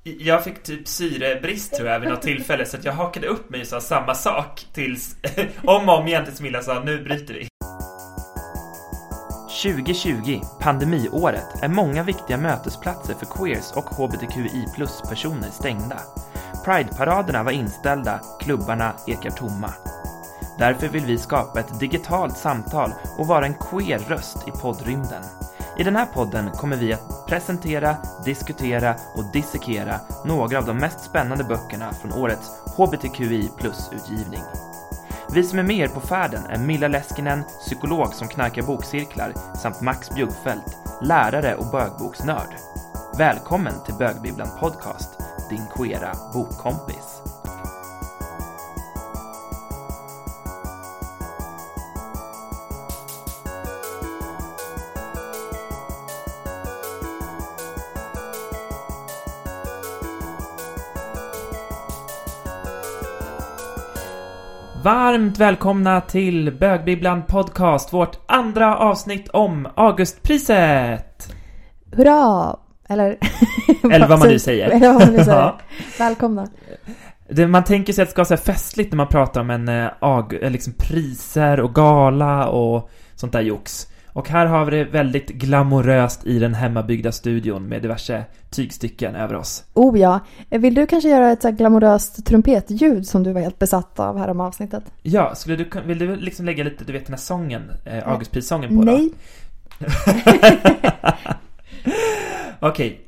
Jag fick typ syrebrist tror jag vid något tillfälle, så att jag hakade upp mig och sa samma sak tills om och om igen tills Milla sa nu bryter vi. 2020, pandemiåret, är många viktiga mötesplatser för queers och hbtqi+-personer stängda. Pride-paraderna var inställda, klubbarna ekar tomma. Därför vill vi skapa ett digitalt samtal och vara en queer-röst i poddrymden. I den här podden kommer vi att presentera, diskutera och dissekera några av de mest spännande böckerna från årets hbtqi+-utgivning. Vi som är med er på färden är Milla Leskinen, psykolog som knarkar bokcirklar, samt Max Bjuggfeldt, lärare och bögboksnörd. Välkommen till Bögbibblan podcast, din queera bokkompis. Varmt välkomna till Bögbibblan podcast, vårt andra avsnitt om Augustpriset. Hurra! Eller vad man nu säger. Eller vad man nu säger. Välkomna. Man tänker sig att det ska vara så här festligt när man pratar om liksom priser och gala och sånt där jox. Och här har vi det väldigt glamoröst i den hemmabyggda studion med diverse tygstycken över oss. Oh ja. Vill du kanske göra ett så här glamoröst trumpetljud som du var helt besatt av här om avsnittet? Ja, vill du liksom lägga lite, du vet den här sången, Augustprissången på Nej. Då? Okej.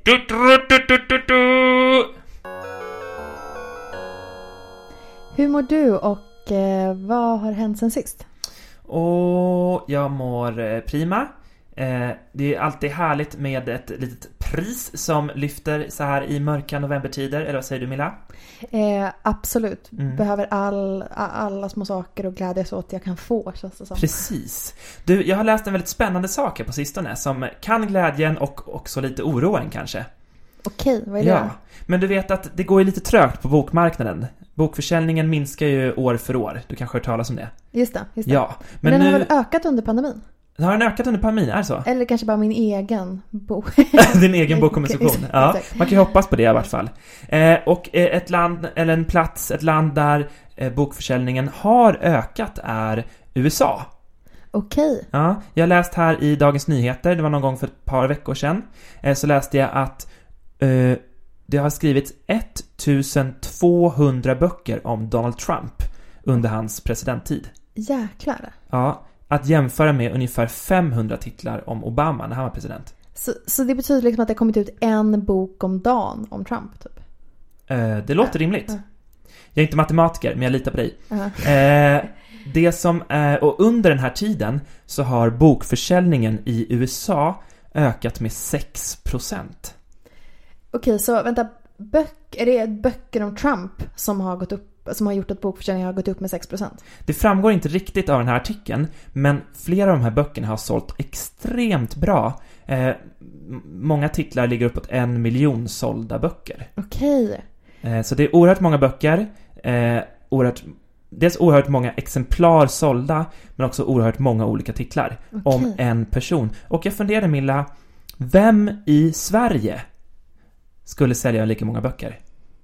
Hur mår du och vad har hänt sen sist? Och jag mår prima. Det är alltid härligt med ett litet pris som lyfter så här i mörka novembertider. Eller vad säger du, Milla? Absolut. Behöver alla små saker och glädjas åt jag kan få. Så. Precis. Du, jag har läst en väldigt spännande sak här på sistone som kan glädjen och också lite oroa en kanske. Okej, vad är det? Ja, men du vet att det går ju lite trögt på bokmarknaden. Bokförsäljningen minskar ju år för år. Du kanske har hört talas om det. Just det. Ja, men den har väl ökat under pandemin? Har den ökat under pandemin, är det så? Eller kanske bara min egen bok. Din egen bokkommission. Ja, man kan ju hoppas på det i alla fall. Och ett land där bokförsäljningen har ökat är USA. Okej. Ja, jag läst här i Dagens Nyheter, det var någon gång för ett par veckor sedan, så läste jag att det har skrivits 1200 böcker om Donald Trump under hans presidenttid. Jäklar. Ja, att jämföra med ungefär 500 titlar om Obama när han var president. Så det betyder liksom att det har kommit ut en bok om dagen om Trump typ? Det låter rimligt. Jag är inte matematiker, men jag litar på dig. Det som och under den här tiden så har bokförsäljningen i USA ökat med 6%. Okej, så vänta, är det böcker om Trump som har gått upp, som har gjort att bokförsäljningen har gått upp med 6%? Det framgår inte riktigt av den här artikeln, men flera av de här böckerna har sålt extremt bra. Många titlar ligger uppåt 1 miljon sålda böcker. Okej. Så det är oerhört många böcker, dels oerhört många exemplar sålda, men också oerhört många olika titlar om en person. Och jag funderade, Milla, vem i Sverige skulle sälja lika många böcker?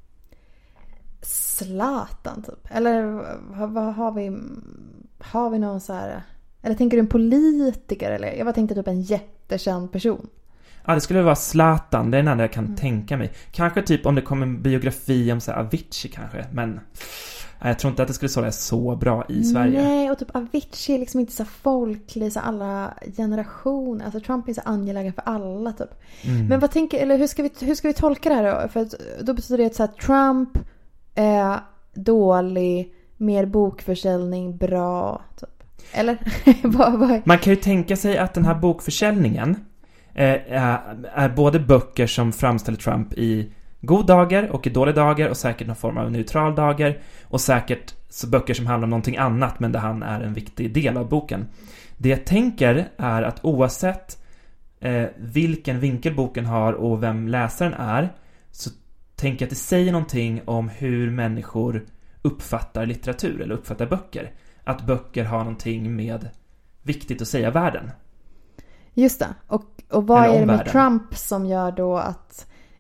Zlatan typ. Eller vad har vi någon så här, eller tänker du en politiker, eller jag bara tänkte typ en jättekänd person. Ja, det skulle vara Zlatan, det är den enda jag kan tänka mig. Kanske typ om det kommer en biografi om så här Avicii kanske, men jag tror inte att det skulle sålja så bra i Sverige. Nej, och typ Avicii är liksom inte så folklig, så alla generationer. Alltså Trump är så angelägen för alla typ. Men vad tänker, eller hur ska vi tolka det här då? För att då betyder det att så här, Trump är dålig, mer bokförsäljning, bra typ. Eller? Man kan ju tänka sig att den här bokförsäljningen är både böcker som framställer Trump i god dagar och i dåliga dagar, och säkert någon form av neutral dagar, och säkert så böcker som handlar om någonting annat men där han är en viktig del av boken. Det jag tänker är att oavsett vilken vinkel boken har och vem läsaren är, så tänker jag att det säger någonting om hur människor uppfattar litteratur eller uppfattar böcker. Att böcker har någonting med viktigt att säga världen. Just det. Och vad är det med Trump som gör då att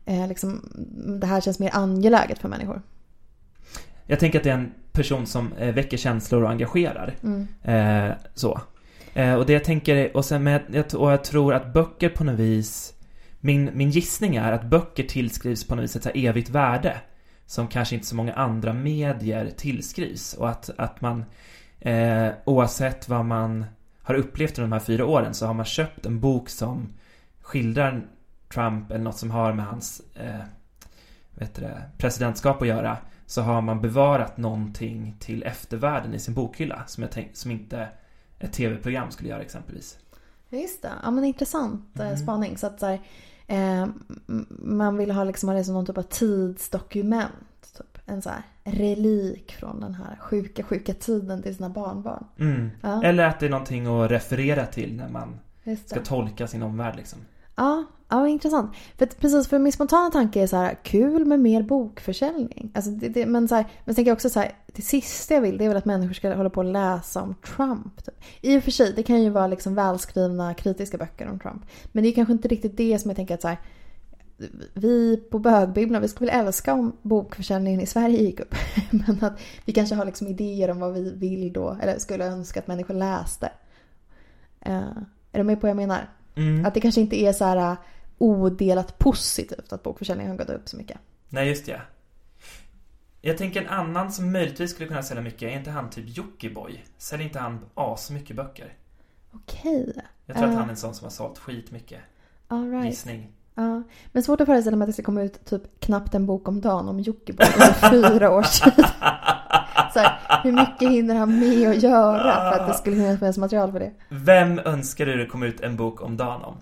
liksom, det här känns mer angeläget för människor? Jag tänker att det är en person som väcker känslor och engagerar. Så. Och det jag tänker, och jag tror att böcker på något vis, min gissning är att böcker tillskrivs på något vis ett så här evigt värde som kanske inte så många andra medier tillskrivs, och att man oavsett vad man har upplevt under de här 4 åren, så har man köpt en bok som skildrar Trump eller något som har med hans presidentskap att göra, så har man bevarat någonting till eftervärlden i sin bokhylla som inte ett tv-program skulle göra exempelvis. Just det, ja men intressant spaning. Så att så här, man vill ha liksom någon typ av tidsdokument, typ en så här relik från den här sjuka tiden till sina barnbarn. Ja. Eller att det är någonting att referera till när man ska tolka sin omvärld liksom. Ja, intressant. För min spontana tanke är så här, kul med mer bokförsäljning. Alltså men så här, men tänker jag också så här, det sista jag vill, det är väl att människor ska hålla på och läsa om Trump. Typ. I och för sig, det kan ju vara liksom välskrivna kritiska böcker om Trump. Men det är kanske inte riktigt det som jag tänker att så här, vi på bögbibblan, vi skulle väl älska om bokförsäljningen i Sverige gick upp. Men att vi kanske har liksom idéer om vad vi vill då, eller skulle önska att människor läste. Är du med på vad jag menar? Att det kanske inte är så här odelat positivt att bokförsäljningen har gått upp så mycket. Nej, just det. Jag tänker en annan som möjligtvis skulle kunna sälja mycket, är inte han typ Jockiboi? Säljer inte han mycket böcker? Okej. Jag tror att han är en sån som har sålt skitmycket. All right. Gissning. Ja, men svårt att föreställa mig att det ska komma ut typ knappt en bok om dagen om Jockiboi under 4 års tid. Så här, hur mycket hinner han med att göra för att det skulle finnas material för det? Vem önskar du det kom ut en bok om dagen om?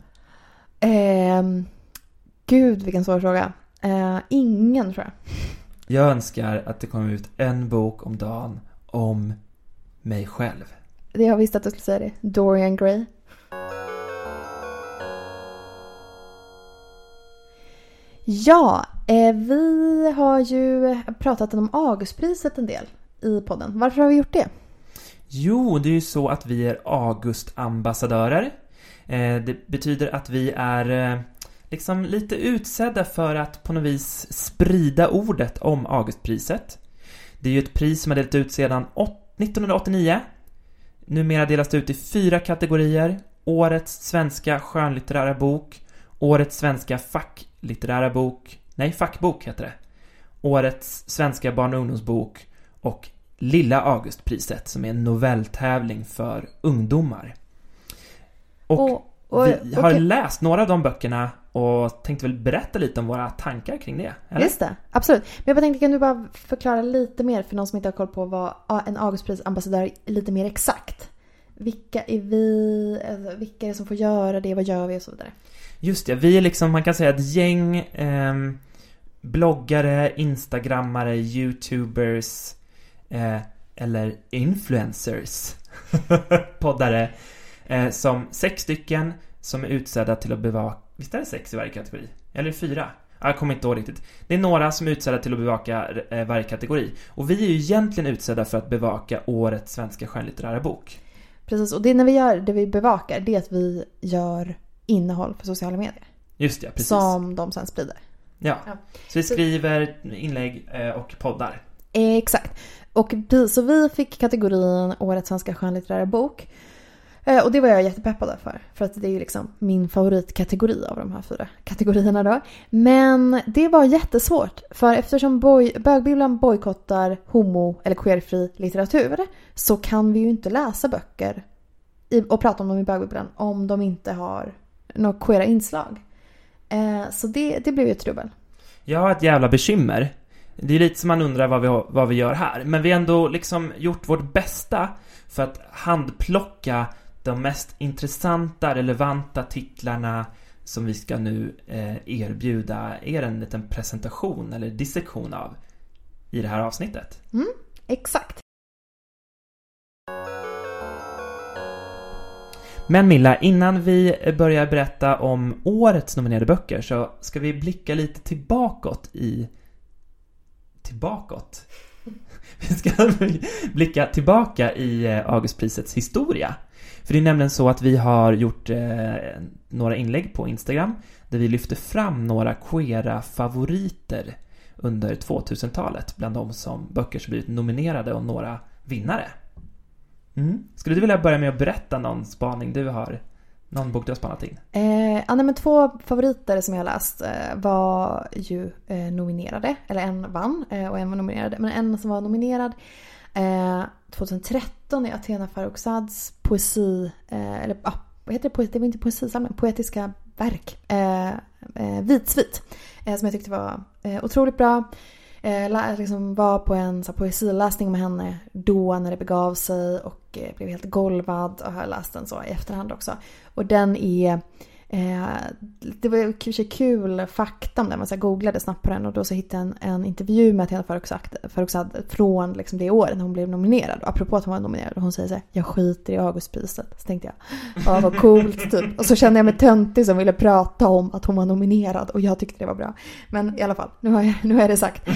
Gud, vilken svår fråga. Ingen, tror jag. Jag önskar att det kommer ut en bok om dagen om mig själv. Det jag visste att du skulle säga det. Dorian Gray. Ja, vi har ju pratat om Augustpriset en del i podden. Varför har vi gjort det? Jo, det är ju så att vi är Augustambassadörer. Det betyder att vi är liksom lite utsedda för att på något vis sprida ordet om Augustpriset. Det är ju ett pris som har delat ut sedan 1989. Numera delas det ut i 4 kategorier. Årets svenska skönlitterära bok, årets svenska fackbok heter det. Årets svenska barn- och ungdomsbok och Lilla Augustpriset som är en novelltävling för ungdomar. Och vi har läst några av de böckerna och tänkte väl berätta lite om våra tankar kring det. Eller? Just det, absolut. Men jag tänkte, kan du bara förklara lite mer för någon som inte har koll på vad en Augustprisambassadör är lite mer exakt? Vilka är vi? Vilka är det som får göra det? Vad gör vi och så vidare? Just det, vi är liksom, man kan säga ett gäng bloggare, instagrammare, youtubers eller influencers poddare som 6 stycken som är utsedda till att bevaka, visst är det 6 i varje kategori? Eller 4? Jag kommer inte ihåg riktigt. Det är några som är utsedda till att bevaka varje kategori. Och vi är ju egentligen utsedda för att bevaka årets svenska skönlitterära bok. Precis, och det när vi gör det vi bevakar, det är att vi gör innehåll för sociala medier. Just det, precis. Som de sen sprider. Ja. Så vi skriver inlägg och poddar. Exakt. Och så vi fick kategorin årets svenska skönlitterära bok. Och det var jag jättepeppad för att det är ju liksom min favoritkategori av de här 4 kategorierna då. Men det var jättesvårt, för eftersom bögbibblan bojkottar homo- eller queerfri litteratur, så kan vi ju inte läsa böcker och prata om dem i bögbibblan om de inte har några queera inslag. Så det blev ju ett trubbel. Jag har ett jävla bekymmer. Det är lite som man undrar vad vi gör här. Men vi har ändå liksom gjort vårt bästa för att handplocka de mest intressanta, relevanta titlarna som vi ska nu erbjuda er en liten presentation eller dissektion av i det här avsnittet. Exakt. Men Milla, innan vi börjar berätta om årets nominerade böcker så ska vi blicka lite tillbakåt. Vi ska blicka tillbaka i Augustprisets historia. För det är nämligen så att vi har gjort några inlägg på Instagram där vi lyfter fram några queera favoriter under 2000-talet bland de böcker som blivit nominerade och några vinnare. Skulle du vilja börja med att berätta någon spaning du har? Någon bok du har spanat in? Men 2 favoriter som jag har läst var ju nominerade. Eller en vann och en var nominerad. Men en som var nominerad 2013 är Athena Farrokhzads poesi. Vad heter det? Det var inte poesisamling. Poetiska verk. Vitsvit. Som jag tyckte var otroligt bra. Liksom var på en poesiläsning med henne då när det begav sig och blev helt golvad och har läst den så i efterhand också. Och den är det var kanske kul fakta om den. Man googlade snabbt på den och då så hittade jag en intervju med Athena Farrokhzad från liksom det året när hon blev nominerad. Och apropå att hon var nominerad och hon säger så här: jag skiter i Augustpriset. Så tänkte jag, vad coolt typ. Och så kände jag mig töntig som ville prata om att hon var nominerad och jag tyckte det var bra. Men i alla fall, nu har jag det sagt.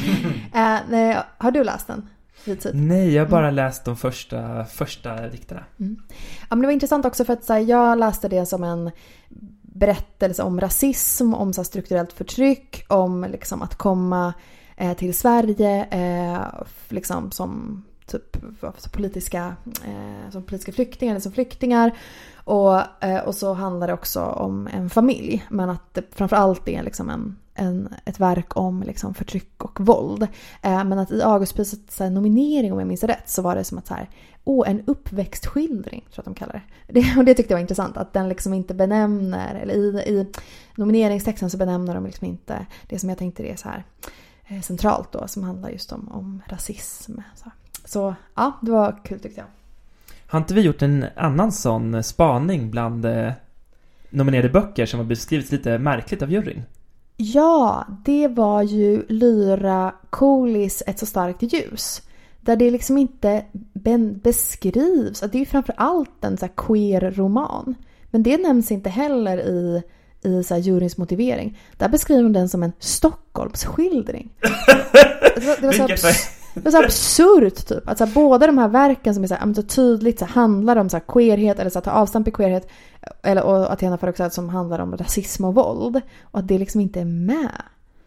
Har du läst den? Nej, jag har bara läst de första dikterna. Ja, men det var intressant också för att jag läste det som en berättelse om rasism, om strukturellt förtryck, om liksom att komma till Sverige liksom som typ politiska flyktingar eller som flyktingar och så handlar det också om en familj, men att det framförallt är liksom ett verk om liksom förtryck och våld. Men att i Augustprisets nominering, om jag minns rätt, så var det som att en uppväxtskildring, tror jag att de kallar det. Och det tyckte jag var intressant, att den liksom inte benämner, eller i nomineringstexten så benämner de liksom inte det som jag tänkte det är så här centralt då, som handlar just om rasism. Så ja, det var kul tyckte jag. Har inte vi gjort en annan sån spaning bland nominerade böcker som har beskrivits lite märkligt av juryn? Ja, det var ju Lyra Cooleys Ett så starkt ljus. Där det liksom inte beskrivs. Det är ju framförallt en så här queer-roman. Men det nämns inte heller i så här juryns motivering. Där beskriver hon den som en Stockholmsskildring. Det var så absurt typ. Att så här, båda de här verken som är så tydligt så handlar om så här queerhet eller så här, ta avstamp i queerhet och Athena Farrokhzad som handlar om rasism och våld. Och att det liksom inte är med.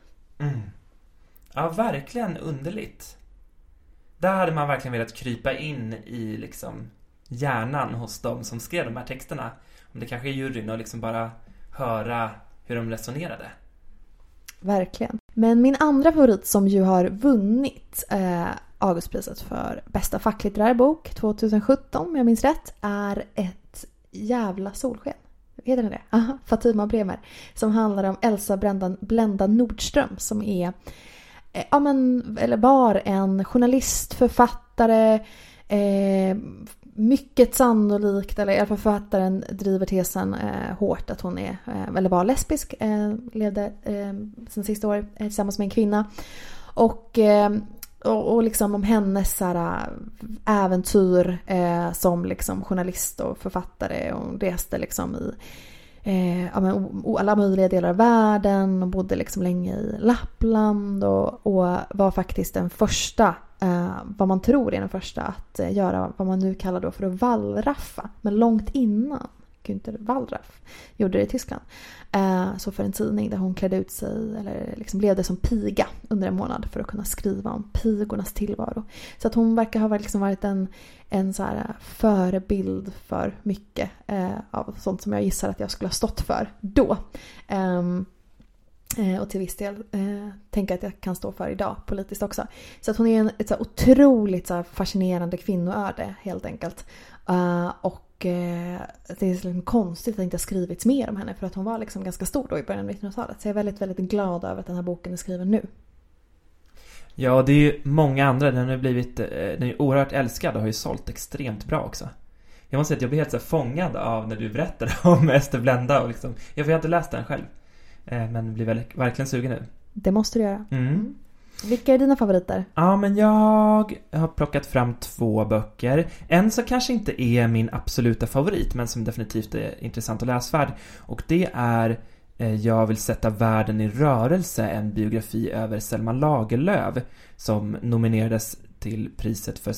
Ja, verkligen underligt. Där hade man verkligen velat krypa in i liksom hjärnan hos dem som skrev de här texterna. Om det kanske är juryn och liksom bara höra hur de resonerade. Verkligen. Men min andra favorit som ju har vunnit Augustpriset för bästa facklitterär bok 2017, om jag minns rätt, är Ett jävla solsken. Heter den det? Aha, Fatima Bremer. Som handlar om Elsa Blenda Nordström som är var en journalist, författare, mycket sannolikt, eller i alla fall författaren driver tesen hårt att hon är eller var lesbisk, levde sina sista år tillsammans med en kvinna och liksom om hennes äventyr som liksom journalist och författare, och reste liksom i alla möjliga delar av världen och bodde liksom länge i Lappland och var faktiskt den första, vad man tror är den första att göra vad man nu kallar då för att wallraffa, men långt innan Günther Wallraff gjorde det i Tyskland. Så för en tidning där hon klädde ut sig eller liksom levde som piga under en månad för att kunna skriva om pigornas tillvaro. Så att hon verkar ha liksom varit en så här förebild för mycket av sånt som jag gissar att jag skulle ha stått för då. Och till viss del tänker att jag kan stå för idag politiskt också. Så att hon är ett så otroligt så fascinerande kvinnoöde helt enkelt. Och det är liksom konstigt att det inte har skrivits mer om henne, för att hon var liksom ganska stor då i början av 1900-talet. Så jag är väldigt, väldigt glad över att den här boken är skriven nu. Ja, det är ju många andra. Den är oerhört älskad och har ju sålt extremt bra också. Jag måste säga att jag blir helt så fångad av när du berättade om Ester Blenda och liksom, jag har inte läst den själv. Men blir verkligen sugen nu. Det måste du göra. Vilka är dina favoriter? Ja, men jag har plockat fram 2 böcker. En som kanske inte är min absoluta favorit, men som definitivt är intressant och läsvärd. Och det är Jag vill sätta världen i rörelse, en biografi över Selma Lagerlöf som nominerades till priset för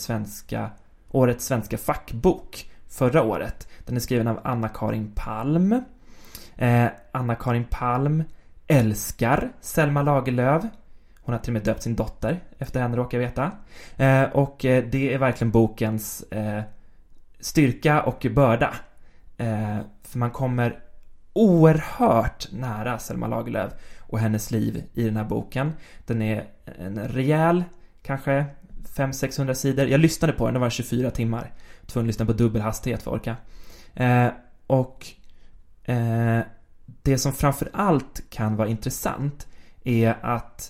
årets svenska fackbok förra året. Den är skriven av Anna-Karin Palm. Anna-Karin Palm älskar Selma Lagerlöf. Hon har till och med döpt sin dotter efter henne, råkar jag veta. Och det är verkligen bokens styrka och börda. För man kommer oerhört nära Selma Lagerlöf och hennes liv i den här boken. Den är en rejäl, kanske 500-600 sidor. Jag lyssnade på den, det var 24 timmar. Tvungen att lyssna på dubbel hastighet för att orka. Det som framför allt kan vara intressant är att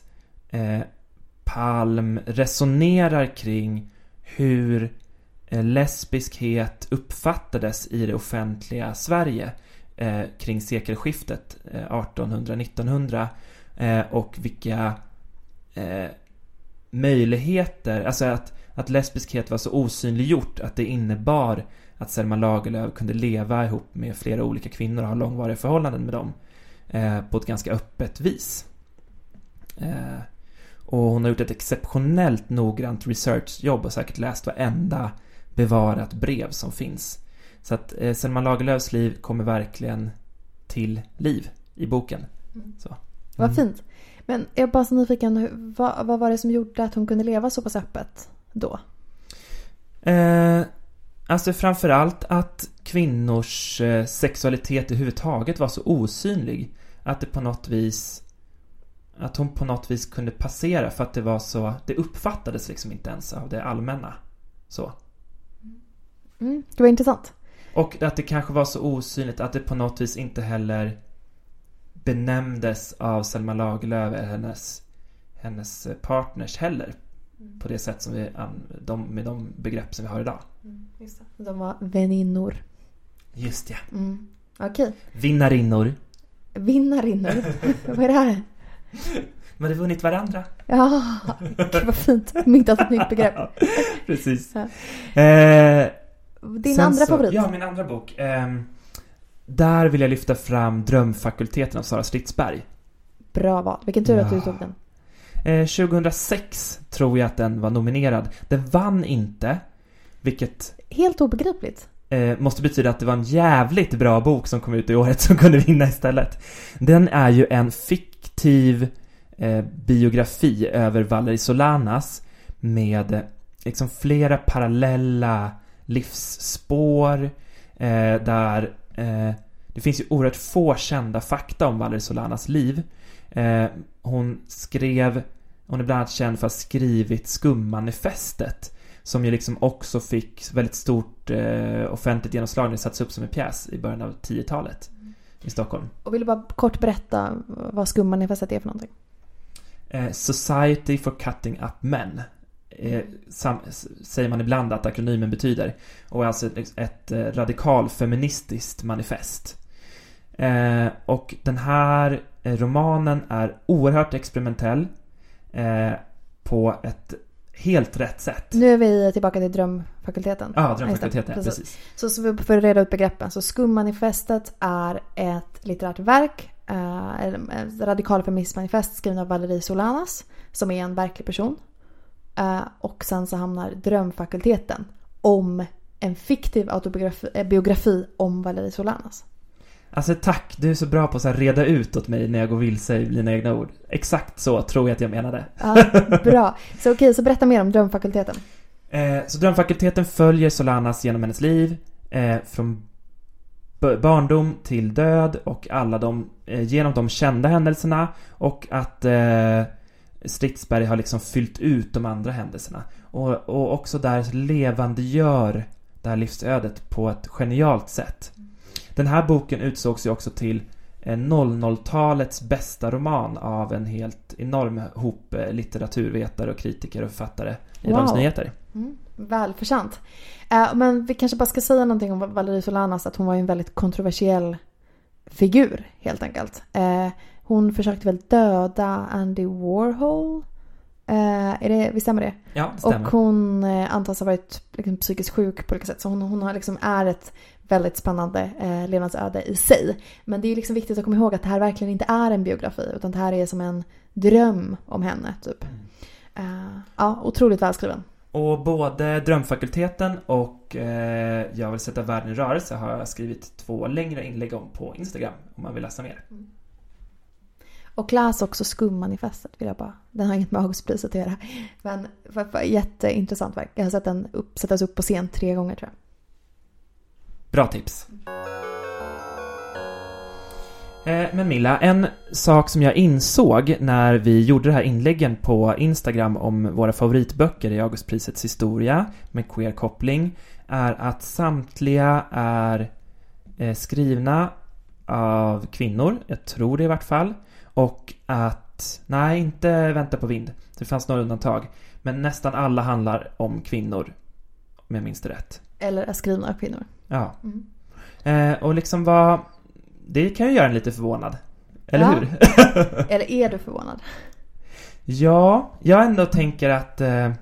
Palm resonerar kring hur lesbiskhet uppfattades i det offentliga Sverige kring sekelskiftet 1800-1900 och vilka möjligheter, alltså att lesbiskhet var så osynliggjort att det innebar att Selma Lagerlöf kunde leva ihop med flera olika kvinnor och ha långvariga förhållanden med dem på ett ganska öppet vis. Och hon har gjort ett exceptionellt noggrant researchjobb och säkert läst varenda bevarat brev som finns. Så att Selma Lagerlöfs liv kommer verkligen till liv i boken. Så. Vad fint. Men jag är bara så nyfiken, vad var det som gjorde att hon kunde leva så pass öppet då? Alltså framförallt att kvinnors sexualitet överhuvudtaget var så osynlig att det på något vis, att hon på något vis kunde passera, för att det var så, det uppfattades liksom inte ens av det allmänna. Så. Det var intressant. Och att det kanske var så osynligt att det på något vis inte heller benämndes av Selma Lagerlöf eller hennes partners heller. På det sätt som med de begrepp som vi har idag. Just det. De var väninnor. Just ja. Okej. Vinnarinnor. Vad är det här? Men det vunnit varandra. Ja, det var fint. Myntat ett nytt begrepp. Precis. Ja. Din andra favorit? Ja, min andra bok. Där vill jag lyfta fram Drömfakulteten av Sara Stridsberg. Bra val. Vilken tur att du tog den. 2006 tror jag att den var nominerad. Den vann inte, vilket helt obegripligt. Måste betyda att det var en jävligt bra bok som kom ut i året som kunde vinna istället. Den är ju en fiktiv biografi över Valerie Solanas med liksom flera parallella livsspår där det finns ju oerhört få kända fakta om Valerie Solanas liv. Hon är bland annat känd för att ha skrivit Skummanifestet, som ju liksom också fick väldigt stort offentligt genomslag när det sattes upp som en pjäs i början av 10-talet i Stockholm. Och vill du bara kort berätta vad Skummanifestet är för någonting? Society for Cutting Up Men säger man ibland att akronymen betyder, och är alltså ett radikalfeministiskt manifest. Och den här romanen är oerhört experimentell på ett helt rätt sätt. Nu är vi tillbaka till Drömfakulteten. Ja, Drömfakulteten, precis. Så vi får reda ut begreppen. Så Skummanifestet är ett litterärt verk, ett radikalfeministmanifest skriven av Valerie Solanas, som är en verklig person. Och sen så hamnar Drömfakulteten om en fiktiv biografi om Valerie Solanas. Alltså tack, du är så bra på att reda ut åt mig när jag går vilse i mina egna ord. Exakt så tror jag att jag menade. Ja, bra. Så okej, så berätta mer om Drömfakulteten. Så Drömfakulteten följer Solanas genom hennes liv. Från barndom till död och alla genom de kända händelserna. Och att Stridsberg har liksom fyllt ut de andra händelserna. Och också där levandegör det här livsödet på ett genialt sätt. Den här boken utsågs ju också till 00-talets bästa roman av en helt enorm hop litteraturvetare och kritiker och författare i Dagens Nyheter. Välförtjänt. Men vi kanske bara ska säga någonting om Valerie Solanas, att hon var en väldigt kontroversiell figur helt enkelt. Hon försökte väl döda Andy Warhol. Visst stämmer det? Ja, det stämmer. Och hon antas ha varit liksom psykiskt sjuk på olika sätt. Så hon har liksom är ett väldigt spännande levnadsöde i sig. Men det är liksom viktigt att komma ihåg att det här verkligen inte är en biografi, utan det här är som en dröm om henne typ. Ja, otroligt välskriven. Och både Drömfakulteten och Jag vill sätta världen i rörelse har jag skrivit 2 längre inlägg om på Instagram om man vill läsa mer. Och läs också Skummanifestet vill jag bara. Den har inget med Augustpriset att göra. Men jätteintressant verk. Jag har sett den sättas upp på scen 3 gånger tror jag. Bra tips. Men Milla, en sak som jag insåg när vi gjorde det här inläggen på Instagram om våra favoritböcker i Augustprisets historia med queer-koppling är att samtliga är skrivna av kvinnor, jag tror det i vart fall, och att, nej, inte Vänta på vind, det fanns några undantag, men nästan alla handlar om kvinnor, om jag minns det rätt. Eller är skrivna av kvinnor. Ja. Och liksom det kan ju göra en lite förvånad. Eller hur? Eller är du förvånad? Ja, jag ändå tänker att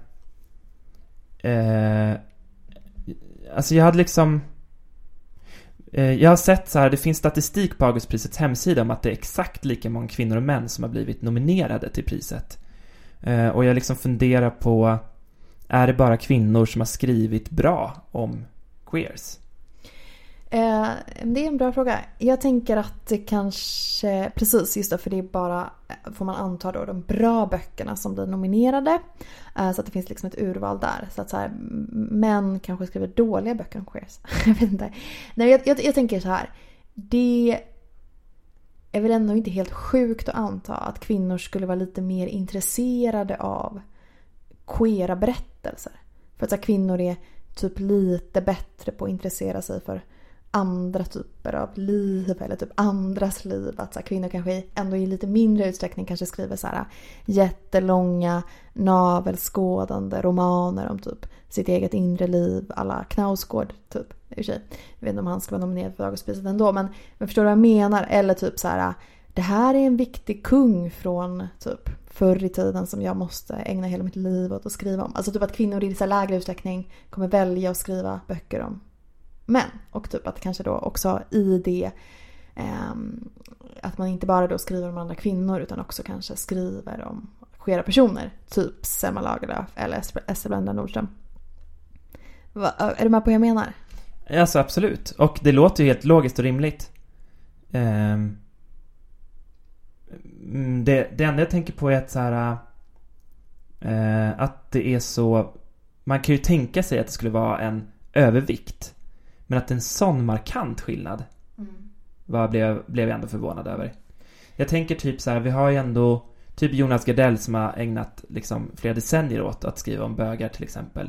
alltså jag hade liksom jag har sett så här, det finns statistik på Augustprisets hemsida om att det är exakt lika många kvinnor och män som har blivit nominerade till priset. Och jag liksom funderar på, är det bara kvinnor som har skrivit bra om queers? Det är en bra fråga. Jag tänker att det kanske, precis just det, för det är bara, får man anta då, de bra böckerna som blir nominerade. Så att det finns liksom ett urval där. Så att så här, män kanske skriver dåliga böcker om queers. Jag vet inte. Nej, jag tänker så här. Det är väl ändå inte helt sjukt att anta att kvinnor skulle vara lite mer intresserade av queera berättelser. För att så här, kvinnor är typ lite bättre på att intressera sig för andra typer av liv eller typ andras liv. Att så här, kvinnor kanske ändå i lite mindre utsträckning kanske skriver så här jättelånga navelskådande romaner om typ sitt eget inre liv, alla Knausgård typ. Jag vet inte om han ska vara nominerad för Augustpriset ändå, men förstår du vad jag menar? Eller typ så här, det här är en viktig kung från typ förr i tiden som jag måste ägna hela mitt liv åt att skriva om. Alltså typ att kvinnor i så lägre utsträckning kommer välja att skriva böcker om män. Och typ att kanske då också i det att man inte bara då skriver om andra kvinnor utan också kanske skriver om queera personer. Typ Selma Lagerlöf eller Ester Blenda Nordström. Är du med på vad jag menar? Alltså absolut. Och det låter ju helt logiskt och rimligt. Det enda jag tänker på är att så här, att det är så, man kan ju tänka sig att det skulle vara en övervikt, men att en sån markant skillnad blev jag ändå förvånad över. Jag tänker typ så här, vi har ju ändå typ Jonas Gardell som har ägnat liksom flera decennier åt att skriva om bögar till exempel.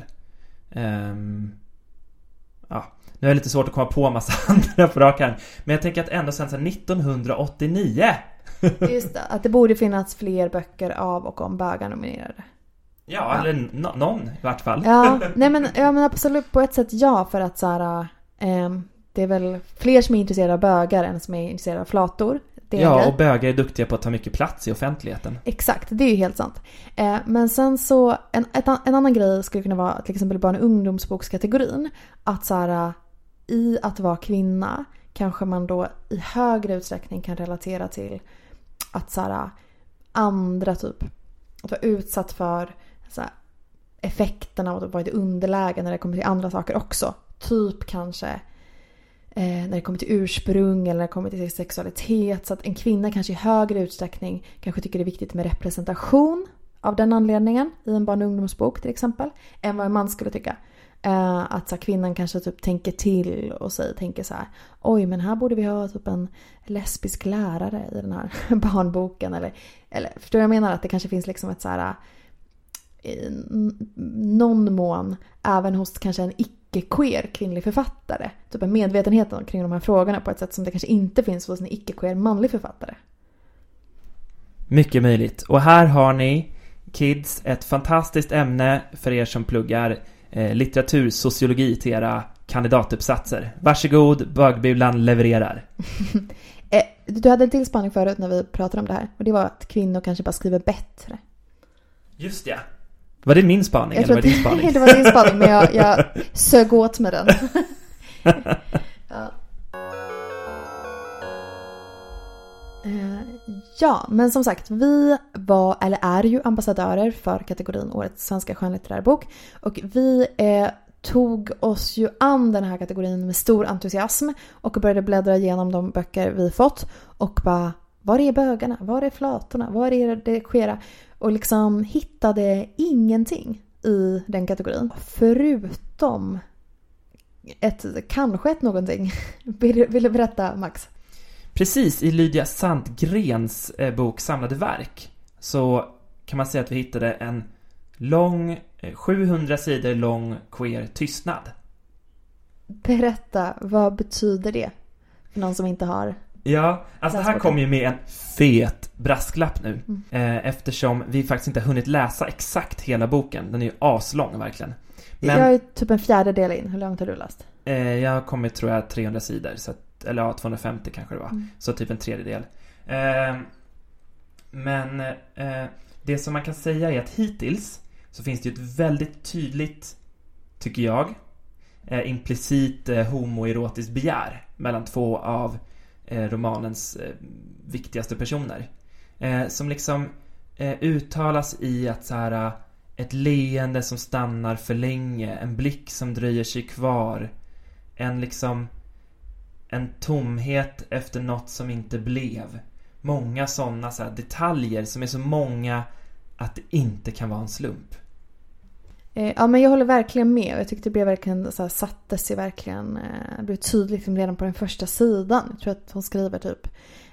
Nu är det lite svårt att komma på en massa andra på rak arm, men jag tänker att ändå sen 1989 just det, att det borde finnas fler böcker av och om bögar nominerade. Ja, eller någon i vart fall. Ja, men absolut på ett sätt ja, för att så här, det är väl fler som är intresserade av bögar än som är intresserade av flator. Ja, och bögar är duktiga på att ta mycket plats i offentligheten. Exakt, det är ju helt sant. Men sen så, en annan grej skulle kunna vara till exempel barn- och ungdomsbokskategorin. Att så här, i att vara kvinna kanske man då i högre utsträckning kan relatera till att så här, andra typ, att vara utsatt för så här, effekterna av att vara i underläge när det kommer till andra saker också. Typ kanske när det kommer till ursprung eller när det kommer till sexualitet. Så att en kvinna kanske i högre utsträckning kanske tycker det är viktigt med representation av den anledningen i en barn- och ungdomsbok till exempel, än vad en man skulle tycka. Att så här, kvinnan kanske typ tänker till och tänker så här: oj, men här borde vi ha typ en lesbisk lärare i den här barnboken, eller förstår jag menar, att det kanske finns liksom ett så här i någon mån även hos kanske en icke-queer kvinnlig författare, typ en medvetenhet kring de här frågorna på ett sätt som det kanske inte finns hos en icke-queer manlig författare. Mycket möjligt. Och här har ni, kids, ett fantastiskt ämne för er som pluggar litteratursociologi till era kandidatuppsatser. Varsågod, bögbulan levererar. Du hade en till spaning förut när vi pratade om det här, och det var att kvinnor kanske bara skriver bättre. Just det. Var det min spaning eller var det din spaning? Det var din spaning, men jag sög åt med den. Ja. Ja, men som sagt, vi är ju ambassadörer för kategorin Årets svenska skönlitterära bok. Och vi tog oss ju an den här kategorin med stor entusiasm och började bläddra igenom de böcker vi fått och bara, var är bögarna? Var är flatorna? Var är det queera? Och liksom hittade ingenting i den kategorin. Förutom kanske ett någonting. Vill du berätta, Max? Precis, i Lydia Sandgrens bok Samlade verk så kan man säga att vi hittade en lång, 700 sidor lång queer tystnad. Berätta, vad betyder det för någon som inte har... Ja, alltså det här kommer ju med en fet brasklapp nu. Eftersom vi faktiskt inte har hunnit läsa exakt hela boken. Den är ju aslång verkligen. Men jag är typ en fjärdedel in. Hur långt har du läst? Jag har kommit, tror jag, 300 sidor. Så att, eller ja, 250 kanske det var. Så typ en tredjedel. Men det som man kan säga är att hittills så finns det ju ett väldigt tydligt, tycker jag, implicit homoerotiskt begär mellan två av romanens viktigaste personer. Som liksom uttalas i att så här, ett leende som stannar för länge, en blick som dröjer sig kvar, en tomhet efter något som inte blev. Många sådana så här detaljer som är så många att det inte kan vara en slump. Ja, men jag håller verkligen med. Jag tyckte det blev verkligen så här, sattes sig verkligen, det blev tydligt redan på den första sidan. Jag tror att hon skriver typ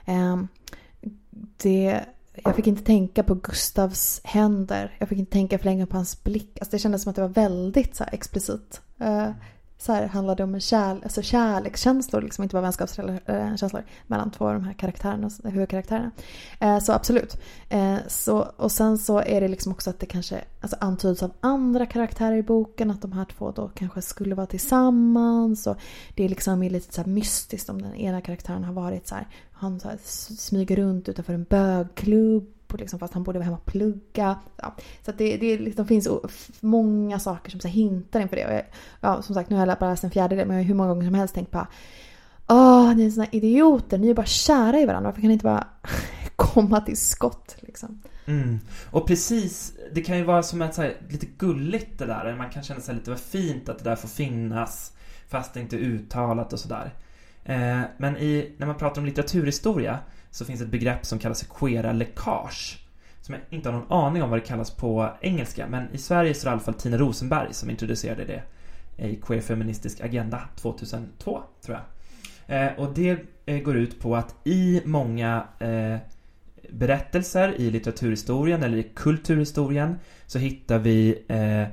jag fick inte tänka på Gustavs händer. Jag fick inte tänka för länge på hans blick. Alltså det kändes som att det var väldigt så här, explicit. Så här handlade om en kärlekskänslor, liksom inte bara vänskapskänslor mellan två av de här karaktärerna, huvudkaraktärerna. Så absolut. Och sen så är det liksom också att det kanske antyds av andra karaktärer i boken att de här två då kanske skulle vara tillsammans, och det är liksom lite så här mystiskt om den ena karaktären har varit så här, han så här smyger runt utanför en bögklubb och liksom, fast han borde vara hemma och plugga. Ja. Så att det liksom finns många saker som så här hintar inför det. Och som sagt, nu har jag bara läst en fjärdedel, men jag har hur många gånger som helst tänkt på ni är såna idioter, ni är bara kära i varandra. Varför kan ni inte bara komma till skott liksom? Och precis, det kan ju vara som ett så här, lite gulligt det där. Man kan känna sig lite vad fint att det där får finnas fast det inte är uttalat och sådär. Men när man pratar om litteraturhistoria så finns ett begrepp som kallas queera läckage, som jag inte har någon aning om vad det kallas på engelska, men i Sverige så är det i alla fall Tina Rosenberg som introducerade det i Queer Feministisk Agenda 2002, tror jag. Och det går ut på att i många berättelser i litteraturhistorien eller i kulturhistorien så hittar vi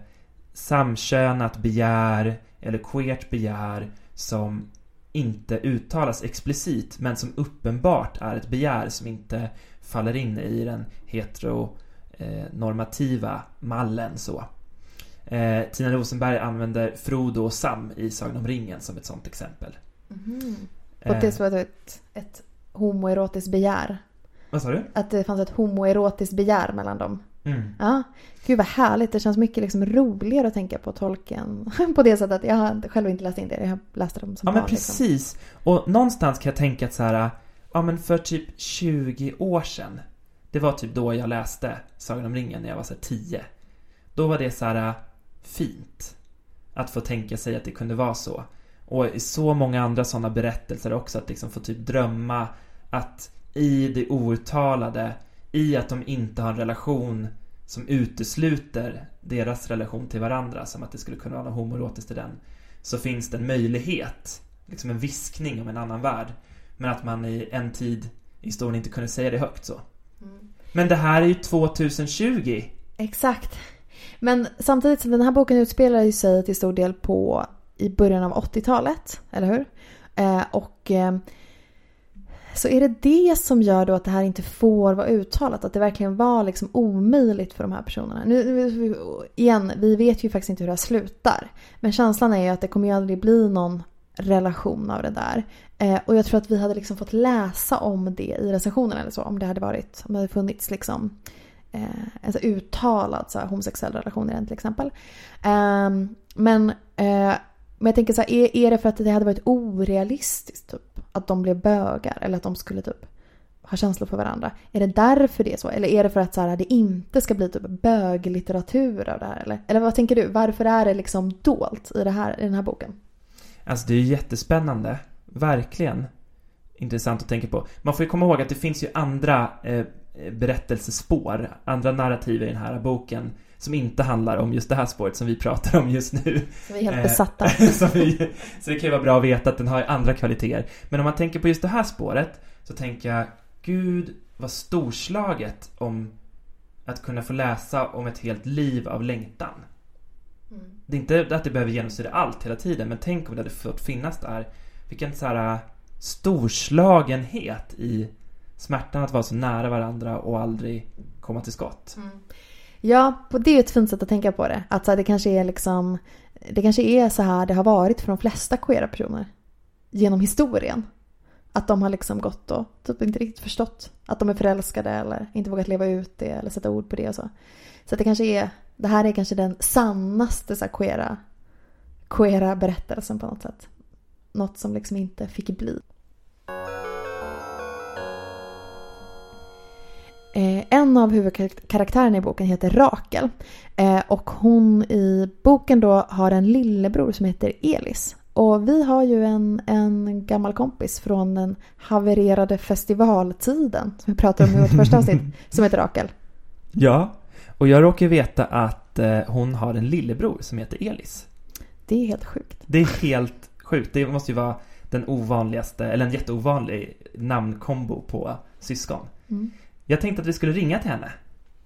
samkönat begär eller queert begär som inte uttalas explicit, men som uppenbart är ett begär som inte faller in i den heteronormativa mallen så. Tina Rosenberg använder Frodo och Sam i Sagan om ringen som ett sånt exempel. Och det var ett homoerotiskt begär. Vad sa du? Att det fanns ett homoerotiskt begär mellan dem. Ja, gud vad härligt. Det känns mycket liksom roligare att tänka på Tolkien på det sättet att jag har själv inte läst in det. Jag har läst dem som barn. Ja, men precis. Liksom. Och någonstans kan jag tänka att så här, ja men för typ 20 år sedan, det var typ då jag läste Sagan om ringen när jag var så här 10. Då var det så här fint att få tänka sig att det kunde vara så. Och i så många andra sådana berättelser också, att liksom få typ drömma att i det outtalade, i att de inte har en relation som utesluter deras relation till varandra, som att det skulle kunna vara något homoerotiskt i den, så finns det en möjlighet, liksom en viskning om en annan värld, men att man i en tid i historien inte kunde säga det högt så. Men det här är ju 2020. Exakt. Men samtidigt som den här boken utspelar sig till stor del i början av 80-talet, eller hur? Så är det som gör då att det här inte får vara uttalat, att det verkligen var liksom omöjligt för de här personerna. Nu igen, vi vet ju faktiskt inte hur det här slutar, men känslan är ju att det kommer ju aldrig bli någon relation av det där. Och jag tror att vi hade liksom fått läsa om det i recensionen eller så, om det hade funnits liksom en så uttalad så här, homosexuell relation i den till exempel. Men jag tänker så här, är det för att det hade varit orealistiskt typ, att de blev bögar, eller att de skulle typ har känslor för varandra. Är det därför det är så? Eller är det för att så här, det inte ska bli typ böglitteratur av det här? Eller vad tänker du? Varför är det liksom dolt i den här boken? Alltså det är jättespännande. Verkligen intressant att tänka på. Man får ju komma ihåg att det finns ju andra berättelsespår, andra narrativ i den här boken som inte handlar om just det här spåret som vi pratar om just nu. Som vi är helt besatta. Så det kan ju vara bra att veta att den har andra kvaliteter. Men om man tänker på just det här spåret så tänker jag, gud vad storslaget om att kunna få läsa om ett helt liv av längtan. Det är inte att det behöver genomsyra allt hela tiden, men tänk om det hade fått finnas där. Vilken så här storslagenhet i smärtan att vara så nära varandra och aldrig komma till skott. Ja, det är ett fint sätt att tänka på det. Att så här, det kanske är så här det har varit för de flesta queera personer genom historien. Att de har liksom gått och typ inte riktigt förstått att de är förälskade eller inte vågat leva ut det eller sätta ord på det och så. Så att det här är kanske den sannaste så här queera berättelsen på något sätt. Något som liksom inte fick bli. En av huvudkaraktärerna i boken heter Rakel. Och hon i boken då har en lillebror som heter Elis. Och vi har ju en gammal kompis från den havererade festivaltiden som vi pratade om i vårt första avsnitt, som heter Rakel. Ja, och jag råkar veta att hon har en lillebror som heter Elis. Det är helt sjukt. Det är helt sjukt. Det måste ju vara den ovanligaste, eller en jätteovanlig namnkombo på syskon. Jag tänkte att vi skulle ringa till henne.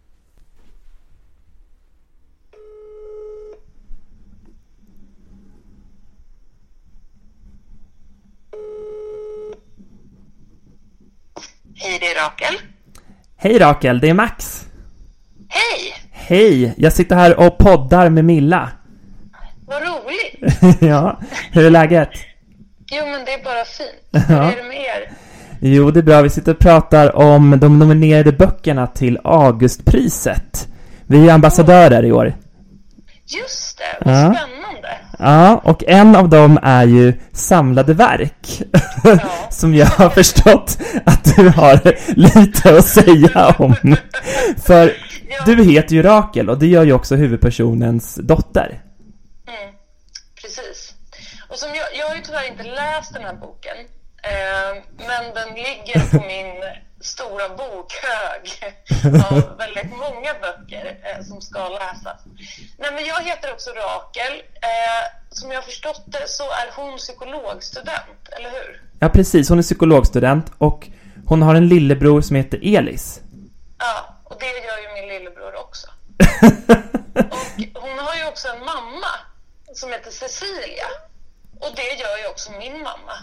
Hej, det är Rakel. Hej Rakel, det är Max. Hej! Hej, jag sitter här och poddar med Milla. Vad roligt. Ja, hur är läget? Jo, men det är bara fint. Hur är det med er? Jo, det är bra. Vi sitter och pratar om de nominerade böckerna till Augustpriset. Vi är ambassadörer i år. Just det, vad spännande. Ja, och en av dem är ju samlade verk. Som jag har förstått att du har lite att säga om. För du heter ju Rakel och det gör ju också huvudpersonens dotter. Precis. Och som jag har ju tyvärr inte läst den här boken. Men den ligger på min stora bokhög av väldigt många böcker som ska läsas. Nej, men jag heter också Rakel. Som jag har förstått det så är hon psykologstudent, eller hur? Ja, precis. Hon är psykologstudent och hon har en lillebror som heter Elis. Ja, och det gör ju min lillebror också. Och hon har ju också en mamma som heter Cecilia. Och det gör ju också min mamma.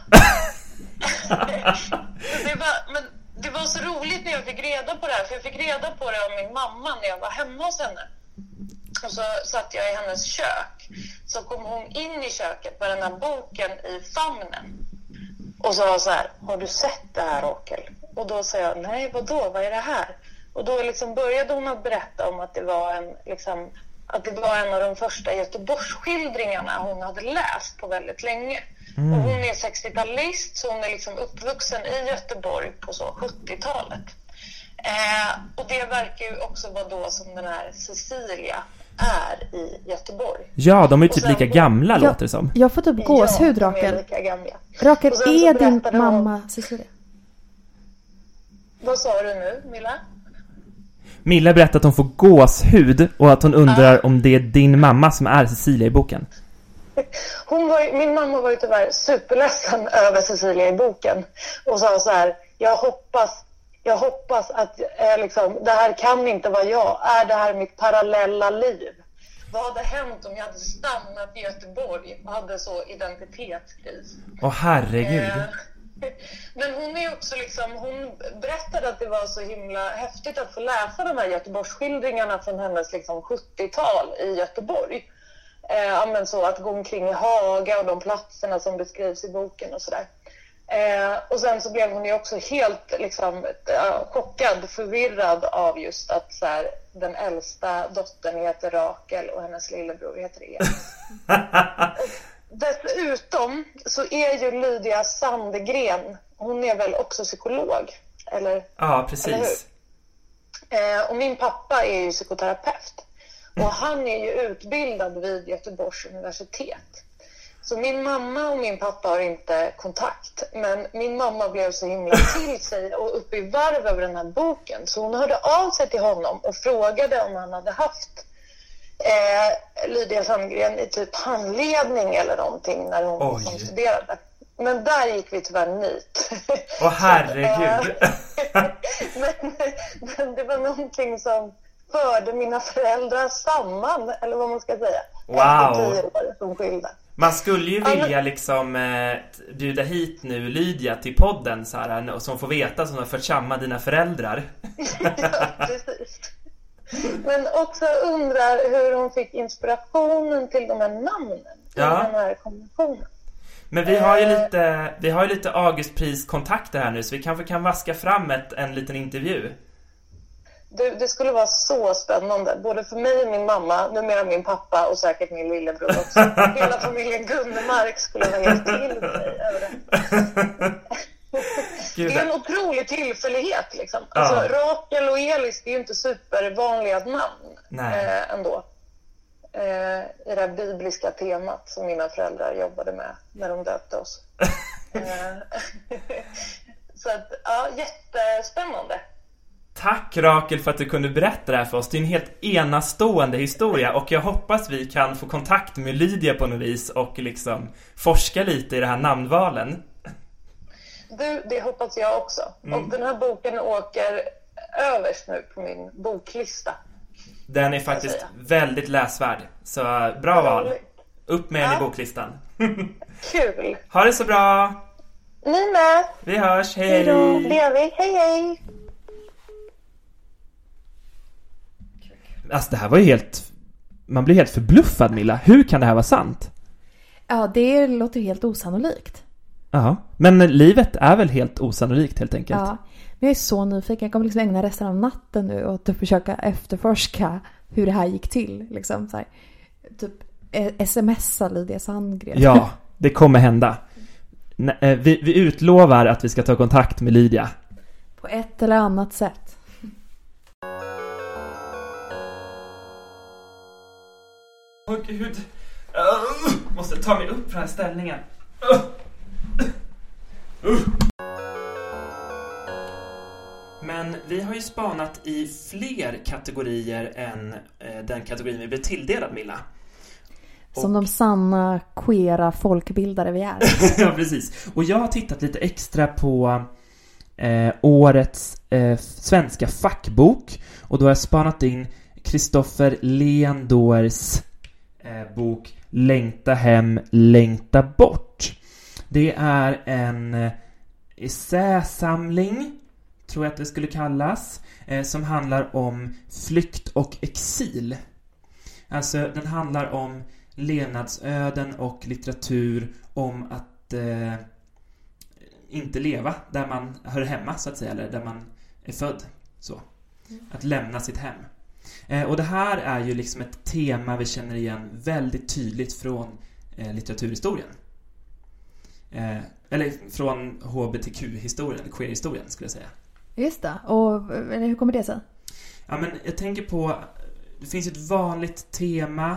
Det var så roligt när jag fick reda på det här. För jag fick reda på det av min mamma när jag var hemma hos henne. Och så satt jag i hennes kök. Så kom hon in i köket med den här boken i famnen. Och så var så här: har du sett det här, Rakel? Och då sa jag: nej, vadå? Vad är det här? Och då liksom började hon att berätta om att det var en av de första Göteborgsskildringarna hon hade läst på väldigt länge. Och hon är 60-talist, så hon är liksom uppvuxen i Göteborg på så 70-talet. Och det verkar ju också vara då som den här Cecilia är i Göteborg. Ja, de är typ lika gamla, låter det som. Jag får typ gåshud, Rakel. Ja, de är lika gamla. Rakel, är din mamma Cecilia? Vad sa du nu, Milla? Milla berättar att hon får gåshud och att hon undrar om det är din mamma som är Cecilia i boken. Min mamma var ju tyvärr superledsen över Cecilia i boken och sa så här: jag hoppas att det här kan inte vara jag. Är det här mitt parallella liv? Vad hade hänt om jag hade stannat i Göteborg och hade så identitetskris? Åh, herregud. Men hon är också hon berättade att det var så himla häftigt att få läsa de här Göteborgsskildringarna från hennes 70-tal i Göteborg. Men så att gå omkring i Haga och de platserna som beskrivs i boken och sådär. Och sen så blev hon ju också helt chockad, förvirrad av just att så här, den äldsta dottern heter Rakel och hennes lillebror heter Elis. Dessutom så är ju Lydia Sandegren, hon är väl också psykolog. Eller, ja, precis. Eller och min pappa är ju psykoterapeut. Och han är ju utbildad vid Göteborgs universitet. Så min mamma och min pappa har inte kontakt. Men min mamma blev så himla till sig och uppe i varv över den här boken. Så hon hörde av sig till honom och frågade om han hade haft Lydia Sandgren i typ handledning eller någonting när hon studerade. Men där gick vi tyvärr nit. Åh herregud. men det var någonting som förde mina föräldrar samman, eller vad man ska säga. Wow. 10 år som skilda. Man skulle ju vilja liksom bjuda hit nu Lydia till podden så här, och som får veta som har fört samman dina föräldrar. Ja, precis. Men också undrar hur hon fick inspirationen till de här namnen i den här kombinationen. Men vi har ju lite Augustpris-kontakter här nu, så vi kanske kan vaska fram en liten intervju. Det skulle vara så spännande, både för mig och min mamma, numera min pappa och säkert min lillebror också. Hela familjen Gunnemark skulle vara helt till mig över det. Det är en otrolig tillfällighet liksom. Alltså, Rakel och Elis, det är ju inte supervanliga namn ändå. I det här bibliska temat som mina föräldrar jobbade med när de döpte oss. Så att, ja, jättespännande. Tack Rakel för att du kunde berätta det här för oss. Det är en helt enastående historia, och jag hoppas vi kan få kontakt med Lydia på något vis och liksom forska lite i det här namnvalen. Det hoppas jag också. Och den här boken åker överst nu på min boklista. Den är faktiskt väldigt läsvärd. Så bra val. Upp med den i boklistan. Kul. Ha det så bra. Ni med. Vi hörs. Hej hej. Det gör vi. Hej hej. Alltså det här var ju helt... Man blir helt förbluffad, Milla. Hur kan det här vara sant? Ja, det låter helt osannolikt. Ja, men livet är väl helt osannolikt helt enkelt. Ja, men jag är så nyfiken. Jag kommer liksom ägna resten av natten nu och att försöka efterforska hur det här gick till. Liksom, så här, typ smsa Lydia Sandgren. Ja, det kommer hända. Vi utlovar att vi ska ta kontakt med Lydia. På ett eller annat sätt. Åh gud. Måste ta mig upp från den här ställningen. Men vi har ju spanat i fler kategorier än den kategorin vi blev tilldelad, Milla. Som de sanna queera folkbildare vi är. Ja, precis. Och jag har tittat lite extra på årets svenska fackbok. Och då har jag spanat in Kristoffer Leandors bok Längta hem, längta bort. Det är en essäsamling, tror jag att det skulle kallas, som handlar om flykt och exil. Alltså den handlar om levnadsöden och litteratur om att inte leva där man hör hemma så att säga, eller där man är född. Så. Att lämna sitt hem. Och det här är ju liksom ett tema vi känner igen väldigt tydligt från litteraturhistorien. Eller från HBTQ-historien, eller queer-historien skulle jag säga. Just det. Och hur kommer det sig? Ja, men jag tänker på, det finns ett vanligt tema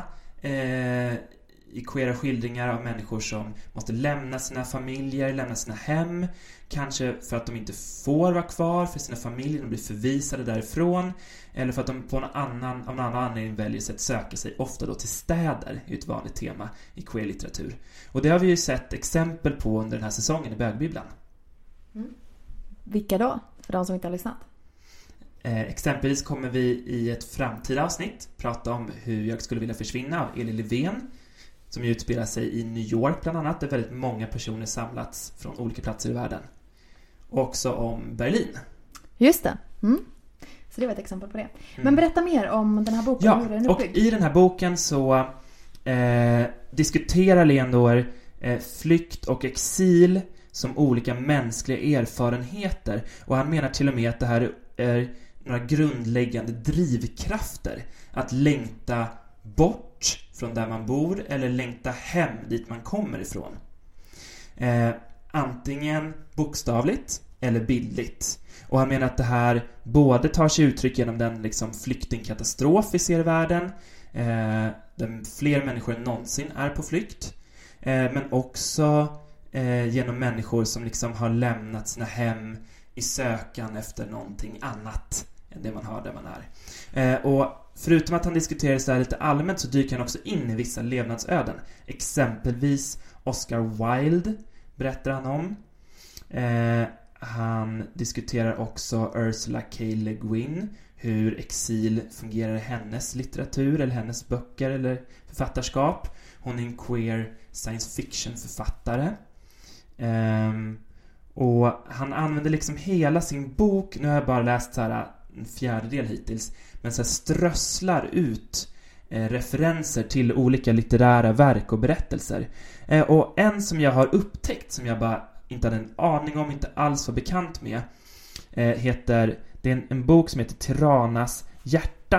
i queera skildringar av människor som måste lämna sina familjer, lämna sina hem, kanske för att de inte får vara kvar för sina familjer, de blir förvisade därifrån, eller för att de på av någon annan anledning väljer att söka sig ofta då till städer, är ett vanligt tema i queer-litteratur. Och det har vi ju sett exempel på under den här säsongen i Bögbibblan. Vilka då? För de som inte har lyssnat. Exempelvis kommer vi i ett framtida avsnitt prata om Hur jag skulle vilja försvinna av Elin Löfven, som utspelar sig i New York bland annat, där väldigt många personer samlats från olika platser i världen. Och också om Berlin. Just det. Så det var ett exempel på det. Men berätta mer om den här boken. Ja, och i den här boken så diskuterar Leandor flykt och exil som olika mänskliga erfarenheter. Och han menar till och med att det här är några grundläggande drivkrafter. Att längta bort från där man bor eller längta hem dit man kommer ifrån. Antingen bokstavligt eller bildligt. Och han menar att det här både tar sig uttryck genom den liksom flyktingkatastrof vi ser i världen, där fler människor än någonsin är på flykt, men också genom människor som liksom har lämnat sina hem i sökan efter någonting annat än det man har där man är. Och förutom att han diskuterar så här lite allmänt, så dyker han också in i vissa levnadsöden. Exempelvis Oscar Wilde berättar han om. Han diskuterar också Ursula K. Le Guin, hur exil fungerar i hennes litteratur eller hennes böcker eller författarskap. Hon är en queer science fiction-författare. Och han använder liksom hela sin bok, nu har jag bara läst så här en fjärdedel hittills, men så här strösslar ut referenser till olika litterära verk och berättelser. Och en som jag har upptäckt, som jag bara inte hade en aning om, inte alls var bekant med, det är en bok som heter Tiranas hjärta.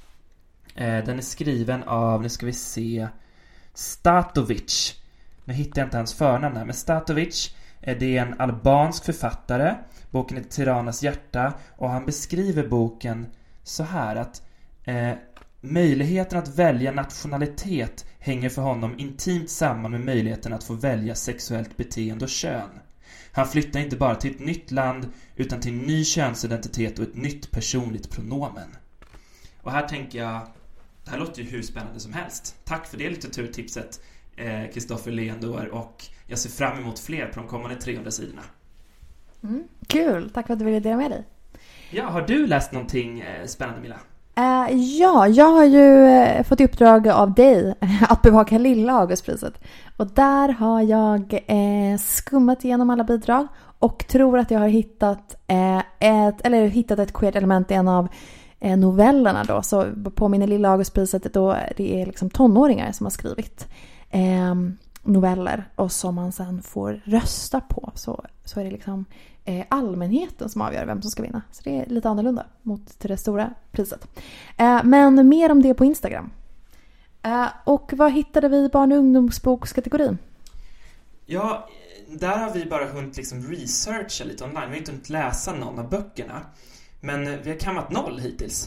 Den är skriven av, nu ska vi se, Statovic. Nu hittar jag inte hans förnamn här, men Statovic, det är en albansk författare. Boken heter Tiranas hjärta, och han beskriver boken så här att möjligheten att välja nationalitet hänger för honom intimt samman med möjligheten att få välja sexuellt beteende och kön. Han flyttar inte bara till ett nytt land utan till en ny könsidentitet och ett nytt personligt pronomen. Och här tänker jag, det här låter ju hur spännande som helst. Tack för det litteraturtipset, Kristoffer Leandor, och jag ser fram emot fler på de kommande 300 sidorna. Kul, tack för att du ville dela med dig. Ja, har du läst någonting spännande, Milla? Ja, jag har ju fått i uppdrag av dig att bevaka Lilla Augustpriset. Och där har jag skummat igenom alla bidrag och tror att jag har hittat ett queert element i en av novellerna då. Så påminner Lilla Augustpriset då det är liksom tonåringar som har skrivit noveller och som man sen får rösta på. Så är det liksom allmänheten som avgör vem som ska vinna. Så det är lite annorlunda mot till det stora priset. Men mer om det på Instagram. Och vad hittade vi i barn- och ungdomsbokskategorin? Ja, där har vi bara hunnit liksom researcha lite online. Vi har inte hunnit läsa någon av böckerna. Men vi har kammat 0 hittills.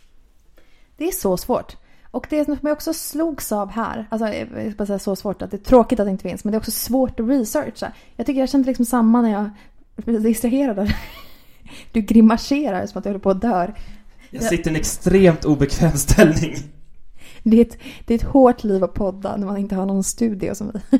Det är så svårt. Och det som jag också slogs av här, alltså jag ska bara säga så svårt att det är tråkigt att det inte finns, men det är också svårt att researcha. Jag tycker jag kände liksom samma när jag blev distraherad. Du grimaserar som att jag håller på att dö. Jag sitter i en extremt obekväm ställning. Det är ett hårt liv att podda när man inte har någon studio som vi.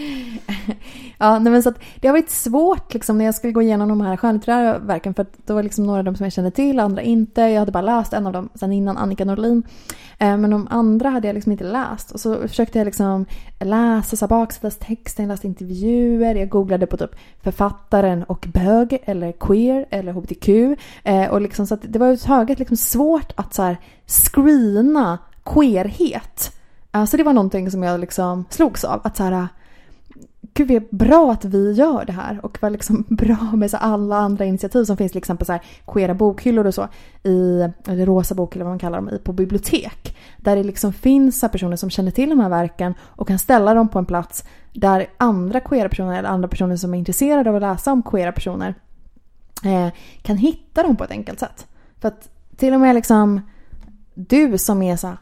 Ja, men så att det har varit svårt liksom, när jag skulle gå igenom de här skönlitterära verken, för att det var liksom några av dem som jag kände till, andra inte. Jag hade bara läst en av dem sen innan, Annika Norlin. Men de andra hade jag liksom inte läst. Och så försökte jag liksom läsa så baksidestexten, läste intervjuer, jag googlade på typ författaren och bög eller queer eller hbtq. Och liksom, så att det var överhuvudtaget liksom svårt att så här screena queerhet. Så det var någonting som jag liksom slogs av, att så här, gud, det är bra att vi gör det här, och var liksom bra med så alla andra initiativ som finns, till exempel så här queera bokhyllor och så eller rosa bok eller vad man kallar dem på bibliotek, där det liksom finns så personer som känner till de här verken och kan ställa dem på en plats där andra queera personer eller andra personer som är intresserade av att läsa om queera personer kan hitta dem på ett enkelt sätt. För att till och med liksom du som är så här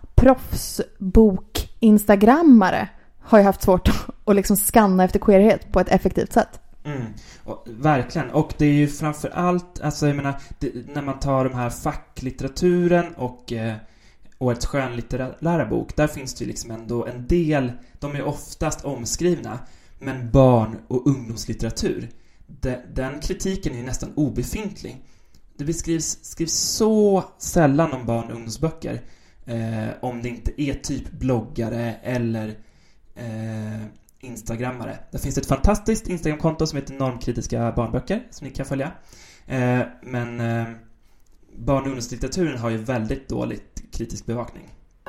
proffsbok-instagrammare har ju haft svårt att liksom skanna efter queerhet på ett effektivt sätt. Och, verkligen. Och det är ju framförallt, alltså jag menar, när man tar de här facklitteraturen och årets skönlitterära bok, där finns det ju liksom ändå en del, de är oftast omskrivna, men barn- och ungdomslitteratur, den kritiken är ju nästan obefintlig. Det skrivs så sällan om barn- och ungdomsböcker, om det inte är typ bloggare eller instagrammare. Det finns ett fantastiskt Instagramkonto som heter Normkritiska barnböcker som ni kan följa. Men barn- och ungdomslitteraturen har ju väldigt dåligt kritisk bevakning.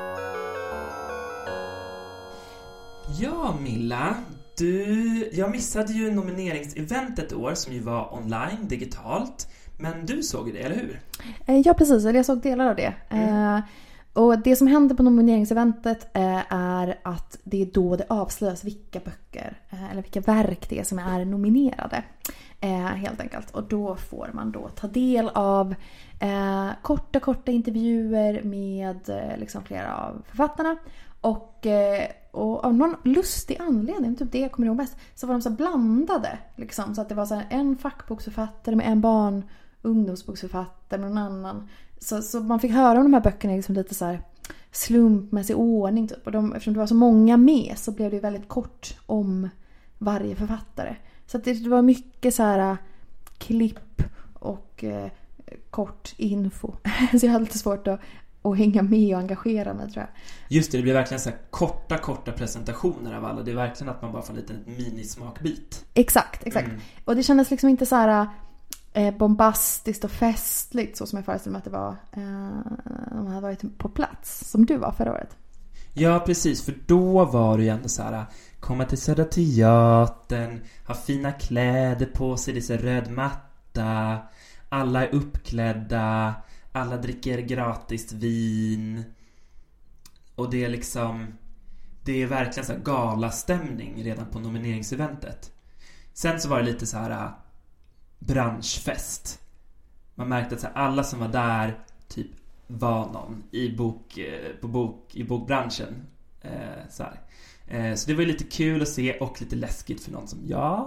Ja, Milla, jag missade ju nomineringseventet i år som ju var online, digitalt. Men du såg det, eller hur? Ja, precis. Jag såg delar av det. Och det som händer på nomineringseventet är att det är då det avslöjas vilka böcker eller vilka verk det är som är nominerade. Helt enkelt. Och då får man då ta del av korta intervjuer med liksom flera av författarna. Och av någon lustig anledning, typ det jag kommer ihåg bäst, så var de så blandade. Liksom, så att det var så här, en fackboksförfattare med en ungdomsboksförfattare med någon annan. Så man fick höra om de här böckerna liksom lite så här slumpmässig ordning. Typ. Och eftersom det var så många med så blev det väldigt kort om varje författare. Så att det var mycket så här klipp och kort info. Så jag hade lite svårt att hänga med och engagera mig, tror jag. Just det blir verkligen så här korta presentationer av alla. Det är verkligen att man bara får en liten minismakbit. Exakt. Och det kändes liksom inte så här bombastiskt och festligt så som jag föreställde mig att det var om jag hade varit på plats som du var förra året. Ja, precis, för då var det ju ändå så här: komma till Södra Teatern, ha fina kläder på sig, det är så röd matta, alla är uppklädda, alla dricker gratis vin, och det är liksom, det är verkligen så här galastämning redan på nomineringseventet. Sen så var det lite så här branschfest. Man märkte att så här, alla som var där typ var någon i bokbranschen. Så här. Så det var ju lite kul att se och lite läskigt för någon som jag.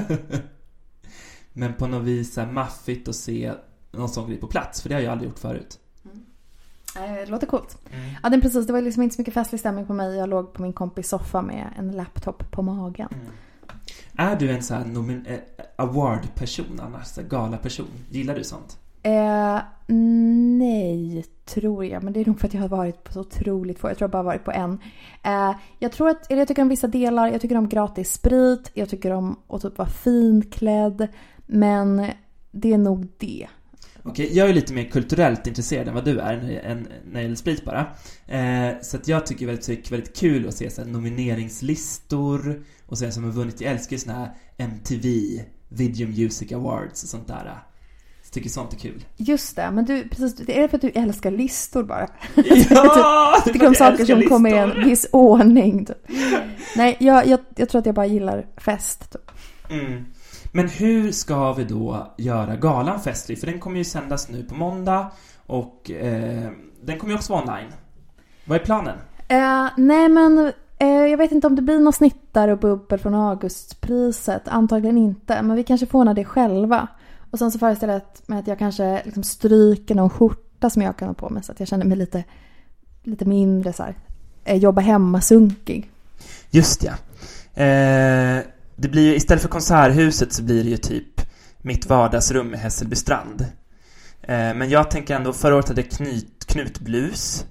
Men på något vis så här maffigt att se någon sån grej på plats, för det har jag aldrig gjort förut. Det låter coolt. Ja, det precis. Det var liksom inte så mycket festlig stämning på mig. Jag låg på min kompis soffa med en laptop på magen. Är du en sån här award-person annars? Så gala-person? Gillar du sånt? Nej, tror jag. Men det är nog för att jag har varit på så otroligt få. Jag tror jag bara varit på en. Jag tycker om vissa delar. Jag tycker om gratis sprit. Jag tycker om att typ vara finklädd. Men det är nog det. Okej, jag är lite mer kulturellt intresserad än vad du är när det gäller sprit bara. Så att jag tycker väldigt kul att se så här nomineringslistor och sen som har vunnit. Jag älskar såna här MTV Video Music Awards och sånt där. Så jag tycker sånt är kul. Just det, men precis, det är för att du älskar listor bara. Ja! Jag tycker om saker som kommer i en viss ordning. Typ. Nej, jag tror att jag bara gillar fest. Typ. Men hur ska vi då göra galan festlig? För den kommer ju sändas nu på måndag. Och den kommer ju också vara online. Vad är planen? Nej, men jag vet inte om det blir några snittar och bubbel från Augustpriset. Antagligen inte. Men vi kanske får ordna det själva. Och sen så föreställer jag mig att jag kanske liksom stryker någon skjorta som jag kan ha på mig. Så att jag känner mig lite mindre så här, jobba hemma sunkig. Just ja. Det blir ju, istället för konserthuset så blir det ju typ mitt vardagsrum i Hässelbystrand. Men jag tänker ändå, förra året hade knutblus.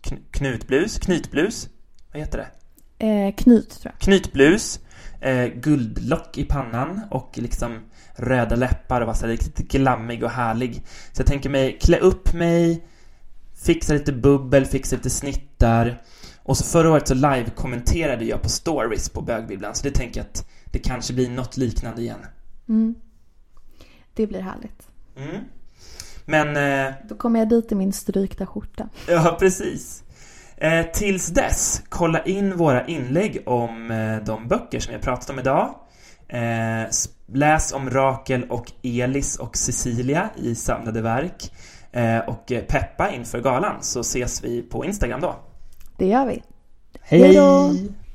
Vad heter det? Knyt, tror jag. Knytblus, guldlock i pannan och liksom röda läppar och var så lite glammig och härlig. Så jag tänker mig klä upp mig, fixa lite bubbel, fixa lite snittar. Och så förra året så live-kommenterade jag på stories på Bögbibblan. Så det tänker jag att det kanske blir något liknande igen. Det blir härligt. Men då kommer jag dit i min strykta skjorta. Ja, precis. Tills dess, kolla in våra inlägg om de böcker som jag pratat om idag. Läs om Rakel och Elis och Cecilia i samlade verk. Och peppa inför galan, så ses vi på Instagram då. Det gör vi. Hej då!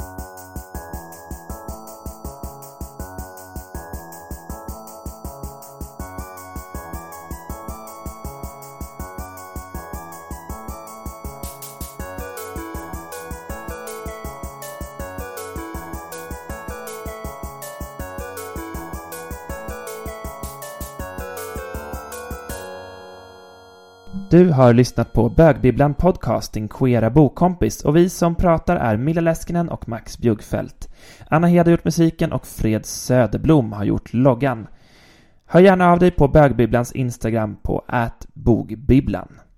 Du har lyssnat på Bögbibblan podcasting Queera bokkompis, och vi som pratar är Milla Leskinen och Max Bjuggfeldt. Anna Hed har gjort musiken och Fred Söderblom har gjort loggan. Hör gärna av dig på Bögbibblans Instagram på @bogbibblan.